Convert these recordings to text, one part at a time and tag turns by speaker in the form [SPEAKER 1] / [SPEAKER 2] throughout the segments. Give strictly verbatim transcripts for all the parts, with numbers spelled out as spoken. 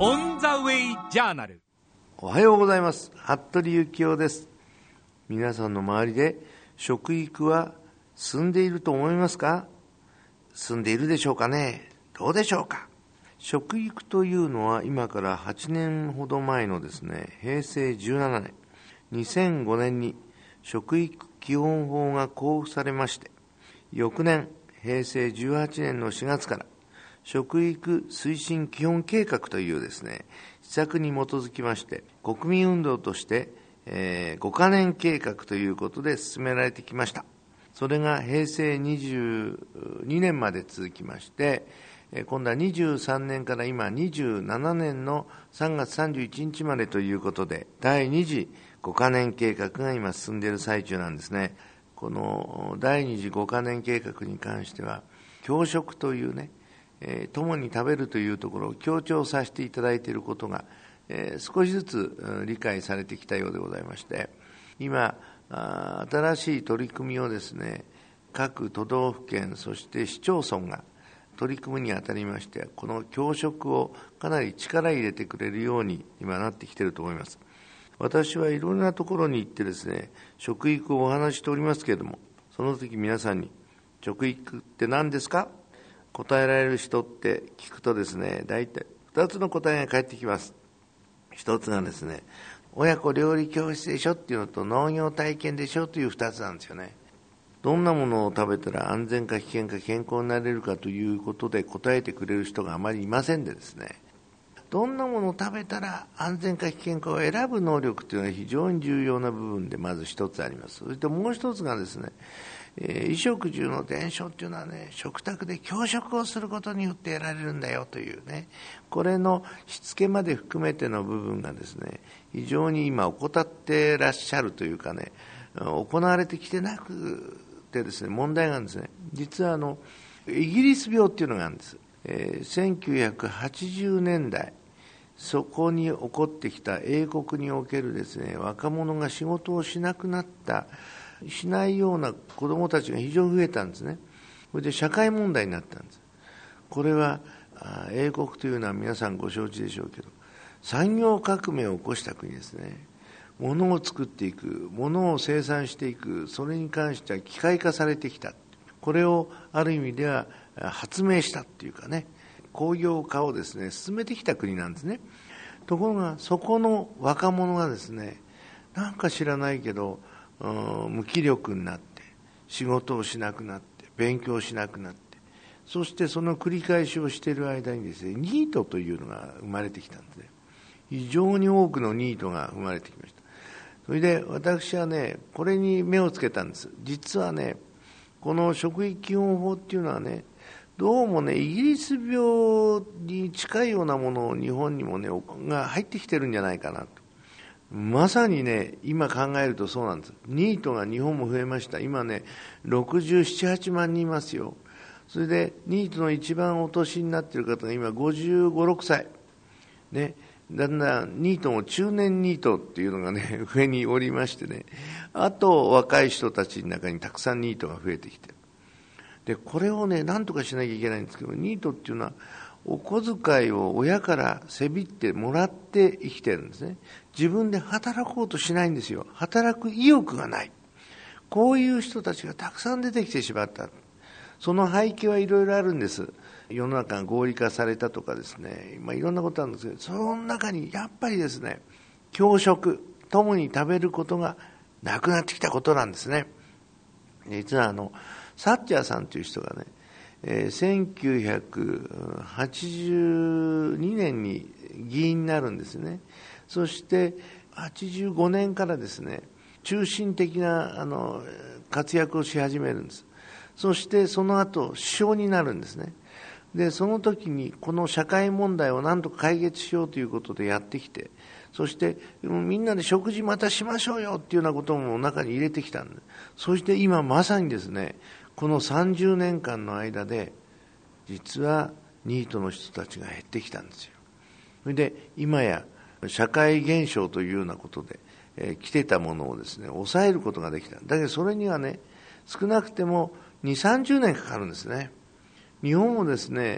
[SPEAKER 1] オンザウェイジャーナル。
[SPEAKER 2] おはようございます。服部幸男です。皆さんの周りで食育は進んでいると思いますか？進んでいるでしょうかね？どうでしょうか？食育というのは今からはちねんほど前のですね、へいせいじゅうななねん、にせんごねんに食育基本法が公布されまして、翌年、へいせいじゅうはちねんのしがつから食育推進基本計画というですね、施策に基づきまして、国民運動として、えー、ごかねん計画ということで進められてきました。それがへいせいにじゅうにねんまで続きまして、今度はにじゅうさんねんから今にじゅうななねんのさんがつさんじゅういちにちまでということで、だいに次ごかねん計画が今進んでいる最中なんですね。このだいに次ごかねん計画に関しては、共食というね、えー、共に食べるというところを強調させていただいていることが、えー、少しずつ理解されてきたようでございまして、今、新しい取り組みをですね、各都道府県、そして市町村が取り組むにあたりまして、この共食をかなり力入れてくれるように今なってきていると思います。私はいろんなところに行ってですね、食育をお話ししておりますけれども、その時皆さんに、食育って何ですか？答えられる人って聞くとですね、大体ふたつの答えが返ってきます。一つがですね、親子料理教室でしょっていうのと、農業体験でしょという二つなんですよね。どんなものを食べたら安全か危険か健康になれるかということで答えてくれる人があまりいませんでですね、どんなものを食べたら安全か危険かを選ぶ能力というのは非常に重要な部分でまず一つあります。そしてもう一つがですね、えー、衣食住の伝承っていうのはね、食卓で共食をすることによって得られるんだよというね、これのしつけまで含めての部分がですね、非常に今怠ってらっしゃるというかね、行われてきてなくてですね、問題があるんですね。実はあのイギリス病っていうのがあるんです。えー、せんきゅうひゃくはちじゅうねんだい、そこに起こってきた英国におけるですね、若者が仕事をしなくなったしないような子どもたちが非常に増えたんですね。それで社会問題になったんです。これは英国というのは皆さんご承知でしょうけど、産業革命を起こした国ですね。物を作っていく、物を生産していく、それに関しては機械化されてきた。これをある意味では発明したっていうかね、工業化をですね進めてきた国なんですね。ところがそこの若者がですね、なんか知らないけど無気力になって仕事をしなくなって勉強しなくなって、そしてその繰り返しをしている間にですね、ニートというのが生まれてきたんですね。非常に多くのニートが生まれてきました。それで私はね、これに目をつけたんです。実はね、この食育基本法っていうのはね、どうもね、イギリス病に近いようなものを日本にもねが入ってきてるんじゃないかなと。まさにね、今考えるとそうなんです。ニートが日本も増えました。今ね、ろくじゅうなな、はちまんにんいますよ。それでニートの一番お年になっている方が今ごじゅうご、ろくさいね。だんだんニートも中年ニートっていうのがね上におりましてね、あと若い人たちの中にたくさんニートが増えてきてる。でこれをね何とかしなきゃいけないんですけど、ニートっていうのはお小遣いを親からせびってもらって生きてるんですね。自分で働こうとしないんですよ。働く意欲がない。こういう人たちがたくさん出てきてしまった。その背景はいろいろあるんです。世の中が合理化されたとかですね、まあ、いろんなことあるんですけど、その中にやっぱりですね、共食、共に食べることがなくなってきたことなんですね。実はあのサッチャーさんという人がね、えー、せんきゅうひゃくはちじゅうにねんに議員になるんですね。そしてはちじゅうごねんからですね、中心的なあの活躍をし始めるんです。そしてその後首相になるんですね。でその時にこの社会問題を何とか解決しようということでやってきて、そしてみんなで食事またしましょうよっていうようなことも中に入れてきたんです。そして今まさにですね、このさんじゅうねんかんの間で実はニートの人たちが減ってきたんですよ。それで今や社会現象というようなことで、えー、来てたものをですね抑えることができた。だけどそれにはね、少なくてもにじゅう、さんじゅうねんかかるんですね。日本もですね、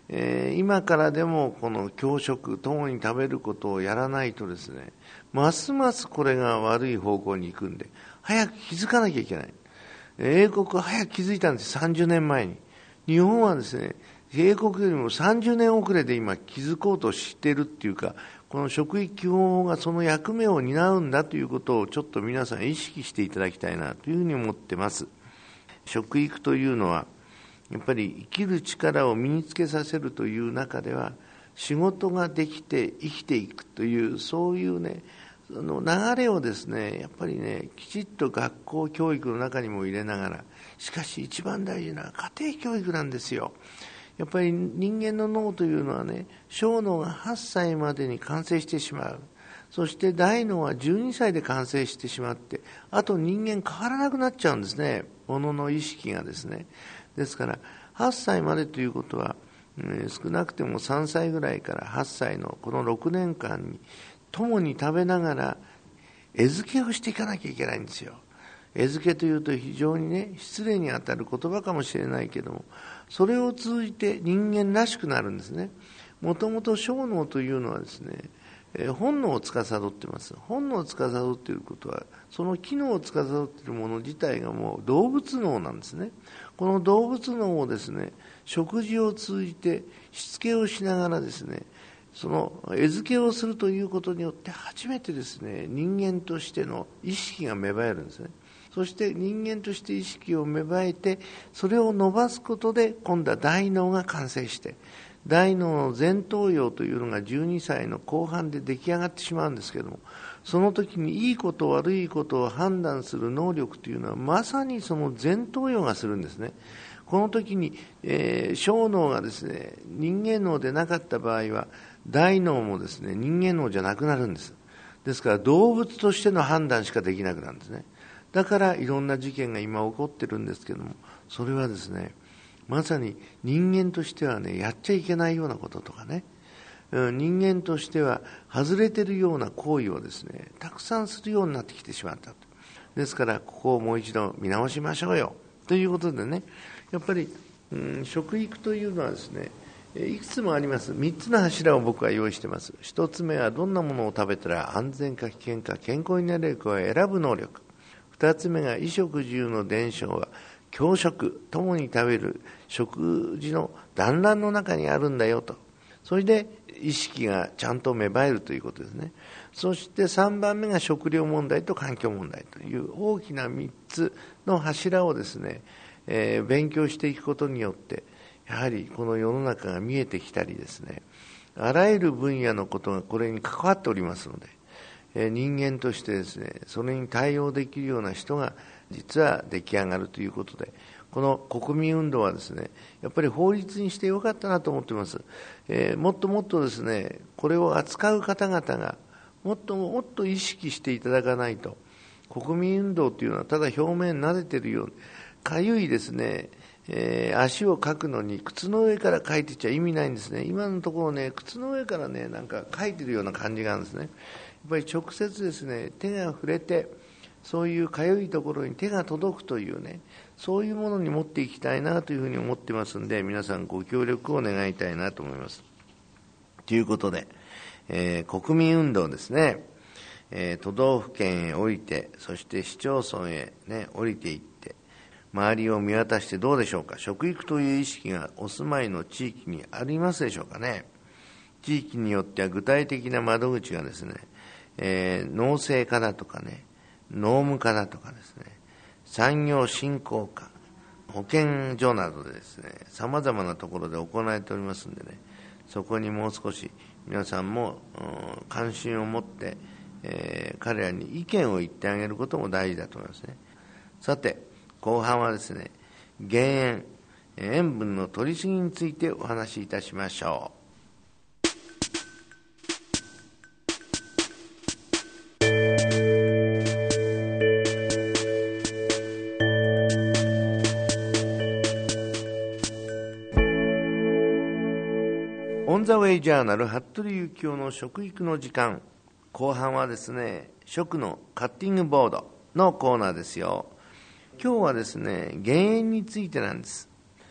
[SPEAKER 2] えー、今からでもこの教食、共に食べることをやらないとですね、ますますこれが悪い方向に行くんで、早く気づかなきゃいけない。英国は早く気づいたんです、さんじゅうねんまえに。日本はですね、英国よりもさんじゅうねん遅れで今気づこうとしているっていうか、この職域基本法がその役目を担うんだということをちょっと皆さん意識していただきたいなというふうに思ってます。食育というのは、やっぱり生きる力を身につけさせるという中では、仕事ができて生きていくという、そういうね、その流れをですね、やっぱりね、きちっと学校教育の中にも入れながら、しかし一番大事な家庭教育なんですよ。やっぱり人間の脳というのはね、小脳がはっさいまでに完成してしまう。そして大脳はじゅうにさいで完成してしまって、あと人間変わらなくなっちゃうんですね。ものの意識がですね。ですから、はっさいまでということは、うん、少なくてもさんさいぐらいからはっさいのこのろくねんかんに、共に食べながら、餌付けをしていかなきゃいけないんですよ。餌付けというと非常にね、失礼にあたる言葉かもしれないけども、それを通じて人間らしくなるんですね。もともと小脳というのはですね、えー、本能を司っています。本能を司っていることは、その機能を司っているもの自体がもう動物脳なんですね。この動物脳をですね、食事を通じてしつけをしながらですね、その餌付けをするということによって初めてですね、人間としての意識が芽生えるんですね。そして人間として意識を芽生えて、それを伸ばすことで今度は大脳が完成して、大脳の前頭葉というのがじゅうにさいの後半で出来上がってしまうんですけども、その時にいいこと悪いことを判断する能力というのはまさにその前頭葉がするんですね。この時に、えー、小脳がですね、人間脳でなかった場合は大脳もですね、人間脳じゃなくなるんです。ですから動物としての判断しかできなくなるんですね。だからいろんな事件が今起こってるんですけども、それはですね、まさに人間としてはね、やっちゃいけないようなこととかね、人間としては外れてるような行為をですね、たくさんするようになってきてしまったと。ですからここをもう一度見直しましょうよということでね、やっぱり、うん、食育というのはですね、いくつもあります。みっつの柱を僕は用意しています。ひとつめはどんなものを食べたら安全か危険か健康になれるかを選ぶ能力。ふたつめが衣食住の伝承は共食、共に食べる食事の団らんの中にあるんだよと。それで意識がちゃんと芽生えるということですね。そしてさんばんめが食料問題と環境問題という大きなみっつの柱をですね、えー、勉強していくことによって、やはりこの世の中が見えてきたりですね、あらゆる分野のことがこれに関わっておりますので、えー、人間としてですね、それに対応できるような人が実は出来上がるということで、この国民運動はですね、やっぱり法律にしてよかったなと思っています。えー、もっともっとですね、これを扱う方々がもっともっと意識していただかないと、国民運動というのはただ表面撫でてるように、かゆいですね、えー、足をかくのに靴の上からかいてちゃ意味ないんですね。今のところね、靴の上からね、なんかかいてるような感じがあるんですね。やっぱり直接ですね、手が触れて、そういうかゆいところに手が届くというね、そういうものに持っていきたいなというふうに思ってますんで、皆さんご協力を願いたいなと思います。ということで、えー、国民運動ですね、えー、都道府県へ降りて、そして市町村へね、降りていって、周りを見渡してどうでしょうか。食育という意識がお住まいの地域にありますでしょうかね。地域によっては具体的な窓口がですね、えー、農政課だとかね、農務課だとかですね、産業振興課、保健所などでですね、様々なところで行われておりますんでね、そこにもう少し皆さんも、うん、関心を持って、えー、彼らに意見を言ってあげることも大事だと思いますね。さて、後半はですね、減塩、塩分の摂りすぎについてお話しいたしましょう。オンザウェイジャーナル服部幸男の食育の時間、後半はですね、食のカッティングボードのコーナーですよ。今日はですね、減塩についてなんです。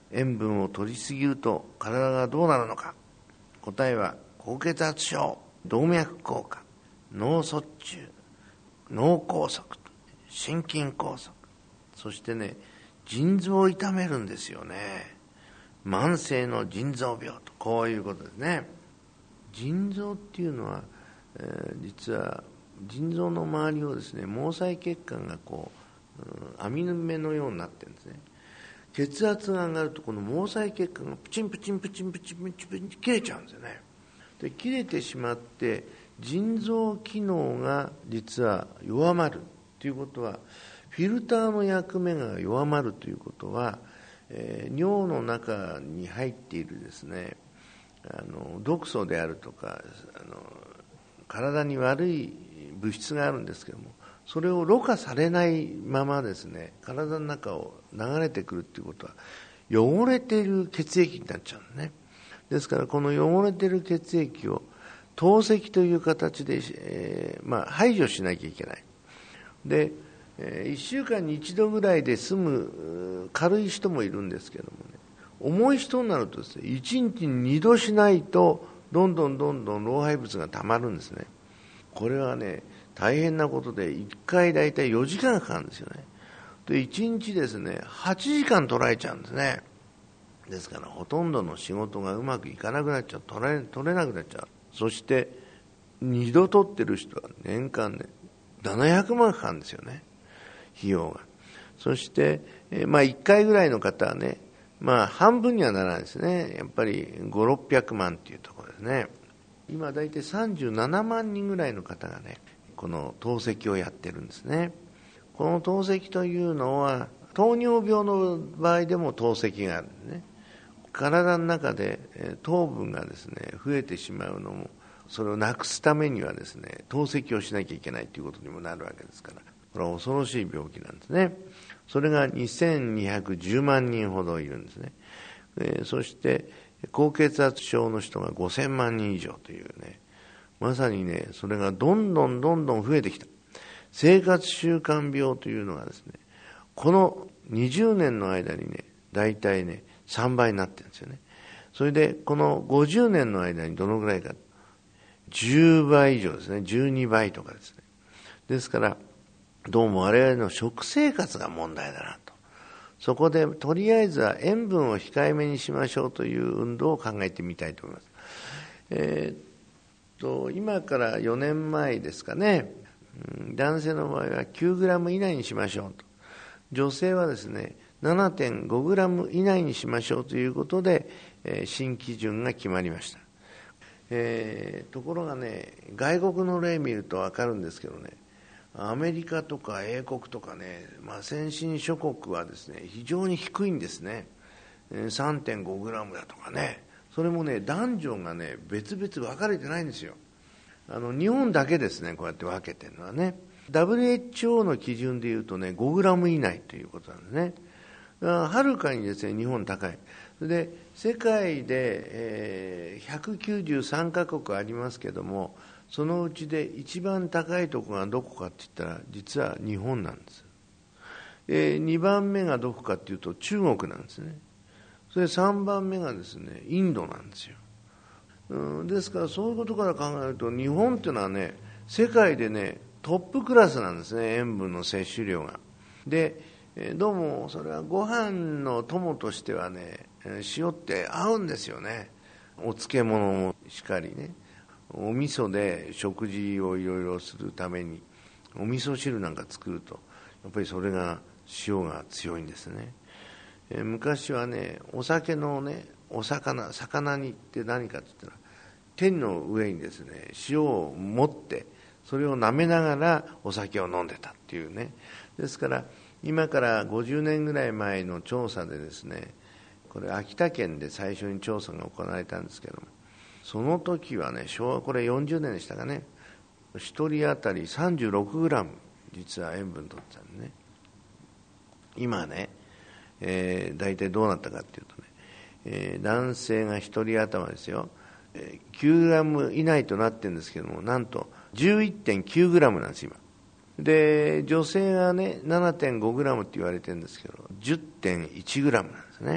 [SPEAKER 2] 塩分を取りすぎると体がどうなるのか。答えは高血圧症、動脈硬化、脳卒中、脳梗塞、心筋梗塞、そしてね、腎臓を痛めるんですよね。慢性の腎臓病と、こういうことですね。腎臓っていうのは、えー、実は腎臓の周りをですね、毛細血管がこう、うん、網目のようになってるんですね。血圧が上がるとこの毛細血管がプチンプチンプチンプチンプチンプチン切れちゃうんですよね。で切れてしまって腎臓機能が実は弱まるということは、フィルターの役目が弱まるということは、えー、尿の中に入っているですね、あの毒素であるとか、あの体に悪い物質があるんですけども、それをろ過されないままですね、体の中を流れてくるということは、汚れている血液になっちゃうんですね。ですからこの汚れている血液を透析という形で、えーまあ、排除しなきゃいけない。で、えー、いっしゅうかんに一度ぐらいで済む軽い人もいるんですけどもね、重い人になるとですね、いちにちににどしないとどんどんどんどん老廃物がたまるんですね。これはね、大変なことで、いっかいだいたいよじかんかかるんですよね。で、いちにちですね、はちじかん取られちゃうんですね。ですからほとんどの仕事がうまくいかなくなっちゃう、取れ、取れなくなっちゃう。そしてにど取ってる人は年間ねななひゃくまんかかるんですよね、費用が。そして、えー、まあいっかいぐらいの方はね、まあ半分にはならないですね。やっぱりごひゃくろっぴゃくまんっていうところですね。今だいたいさんじゅうななまんにんぐらいの方がね、この透析をやってるんですね。この透析というのは糖尿病の場合でも透析があるんですね。体の中で糖分がですね増えてしまうのも、それをなくすためにはですね透析をしなきゃいけないということにもなるわけですから、これは恐ろしい病気なんですね。それがにせんにひゃくじゅうまんにんほどいるんですね。えー、そして高血圧症の人がごせんまんにん以上というね、まさにね、それがどんどんどんどん増えてきた。生活習慣病というのがですね、このにじゅうねんの間にね、大体ねさんばいになってるんですよね。それでこのごじゅうねんの間にどのぐらいか、じゅうばい以上ですね、じゅうにばいとかですね。ですからどうも我々の食生活が問題だなと。そこでとりあえずは塩分を控えめにしましょうという運動を考えてみたいと思います。えー、っと今からよねんまえですかね、男性の場合は きゅうグラム 以内にしましょうと、女性はですね ななてんごグラム 以内にしましょうということで、えー、新基準が決まりました。えー、ところがね、外国の例見ると分かるんですけどね、アメリカとか英国とかね、まあ、先進諸国はですね非常に低いんですね。 さんてんごグラム だとかね、それもね男女がね別々分かれてないんですよ。あの日本だけですね、こうやって分けてるのはね。 ダブリューエイチオー の基準でいうとね ごグラム 以内ということなんですね。はるかにですね日本高い。で世界で、えー、ひゃくきゅうじゅうさんカ国ありますけども、そのうちで一番高いところがどこかって言ったら実は日本なんです。えー、にばんめがどこかっていうと中国なんですね。それさんばんめがですねインドなんですよ。うん、ですからそういうことから考えると日本っていうのはね世界でねトップクラスなんですね、塩分の摂取量が。でどうもそれはご飯の友としてはね塩って合うんですよね。お漬物もしっかりね、お味噌で食事をいろいろするためにお味噌汁なんか作るとやっぱりそれが塩が強いんですね。え昔はねお酒のねお魚魚煮って何かって言ったら天の上にですね塩を持ってそれを舐めながらお酒を飲んでたっていうね。ですから今からごじゅうねんぐらい前の調査でですね、これ秋田県で最初に調査が行われたんですけども、その時はね昭和これよんじゅうねんでしたかね、ひとり当たり さんじゅうろくグラム 実は塩分取ってたんでね。今ね、えー、大体どうなったかっていうとね、えー、男性がひとり頭ですよ、えー、きゅうグラム 以内となってるんですけども、なんと じゅういってんきゅうグラム なんです今で。女性がね ななてんごグラム って言われてるんですけど じゅってんいちグラム なんですね。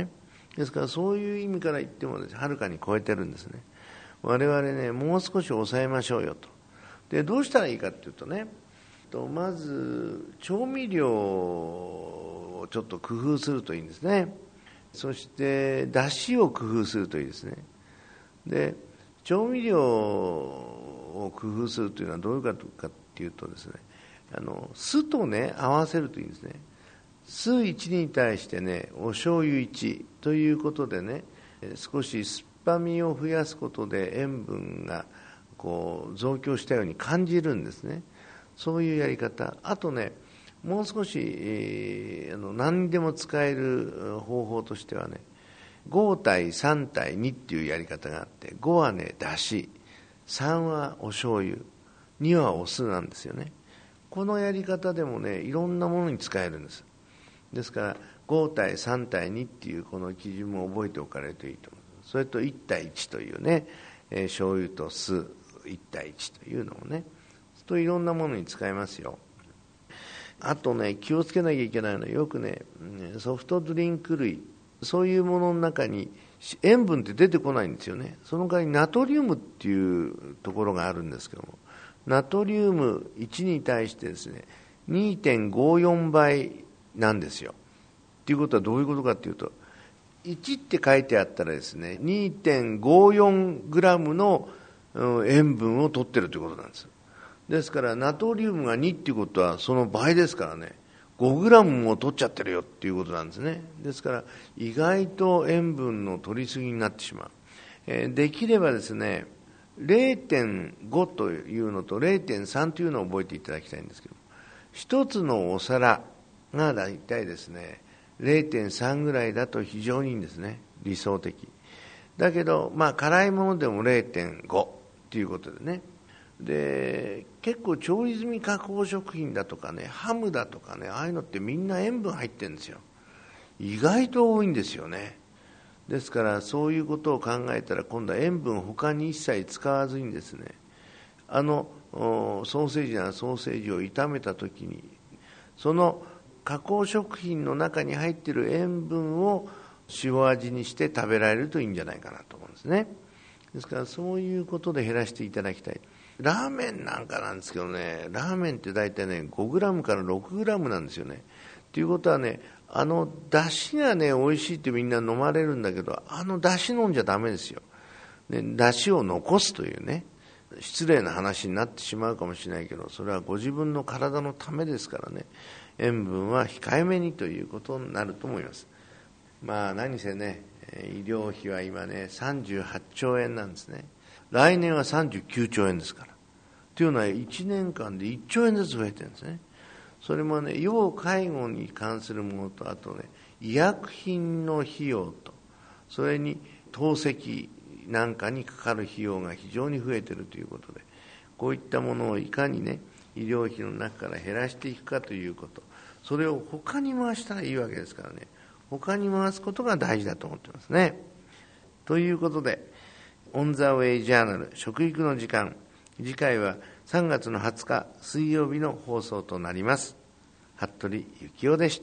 [SPEAKER 2] ですからそういう意味から言ってもですね、はるかに超えてるんですね。我々ね、もう少し抑えましょうよと。でどうしたらいいかっていうとね、まず調味料をちょっと工夫するといいんですね。そして出汁を工夫するといいですね。で調味料を工夫するというのはどういうことかっていうとですね、あの酢とね合わせるといいんですね。酢いちに対してねお醤油いちということでね、少し酸っぱみを増やすことで塩分がこう増強したように感じるんですね。そういうやり方。あとね、もう少し、えー、あの何にでも使える方法としてはね、ご対さん対にっていうやり方があって、ごはねだし、さんはお醤油、にはお酢なんですよね。このやり方でもねいろんなものに使えるんです。ですからご対さん対にっていうこの基準も覚えておかれるといいと思います。それといち対いちというね、えー、醤油と酢いち対いちというのもね、といろんなものに使えますよ。あとね、気をつけなきゃいけないのは、よくねソフトドリンク類、そういうものの中に塩分って出てこないんですよね。その代わりナトリウムっていうところがあるんですけども、ナトリウムいちに対してですね にてんごよん 倍なんですよ。っていうことはどういうことかっていうと、いちって書いてあったらですね にてんごよんグラムの塩分を取ってるということなんです。ですからナトリウムがにっていうことはその倍ですからね、ごグラムも取っちゃってるよっていうことなんですね。ですから意外と塩分の取りすぎになってしまう。えー、できればですね れいてんご というのと れいてんさん というのを覚えていただきたいんですけど、一つのお皿がだいたいですね れいてんさん ぐらいだと非常にいいんですね、理想的だけど、まあ辛いものでも れいてんご ということでね。で結構調理済み加工食品だとかね、ハムだとかね、ああいうのってみんな塩分入ってるんですよ。意外と多いんですよね。ですからそういうことを考えたら、今度は塩分他に一切使わずにですね、あのソーセージならソーセージを炒めた時にその加工食品の中に入っている塩分を塩味にして食べられるといいんじゃないかなと思うんですね。ですからそういうことで減らしていただきたい。ラーメンなんかなんですけどね、ラーメンって大体ねごグラムからろくグラムなんですよね。ということはね、あの出汁がね美味しいってみんな飲まれるんだけど、あの出汁飲んじゃダメですよ、ね、出汁を残すというね、失礼な話になってしまうかもしれないけど、それはご自分の体のためですからね、塩分は控えめにということになると思います。まあ何せね、医療費は今ねさんじゅうはっちょうえんなんですね。来年はさんじゅうきゅうちょうえんですから。というのはいちねんかんでいっちょうえんずつ増えてるんですね。それもね、要介護に関するものと、あとね医薬品の費用と、それに透析なんかにかかる費用が非常に増えているということで、こういったものをいかにね医療費の中から減らしていくかということ、それを他に回したらいいわけですからね、他に回すことが大事だと思ってますね。ということで、オンザウェイジャーナル食育の時間、次回はさんがつのはつか水曜日の放送となります。服部幸男でした。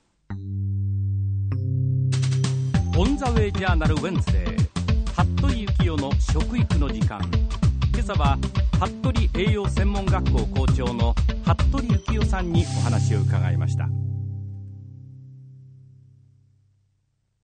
[SPEAKER 1] オンザウェイジャーナルウェンズデー、服部幸男の食育の時間。今朝は服部栄養専門学校校長の服部幸男さんにお話を伺いました。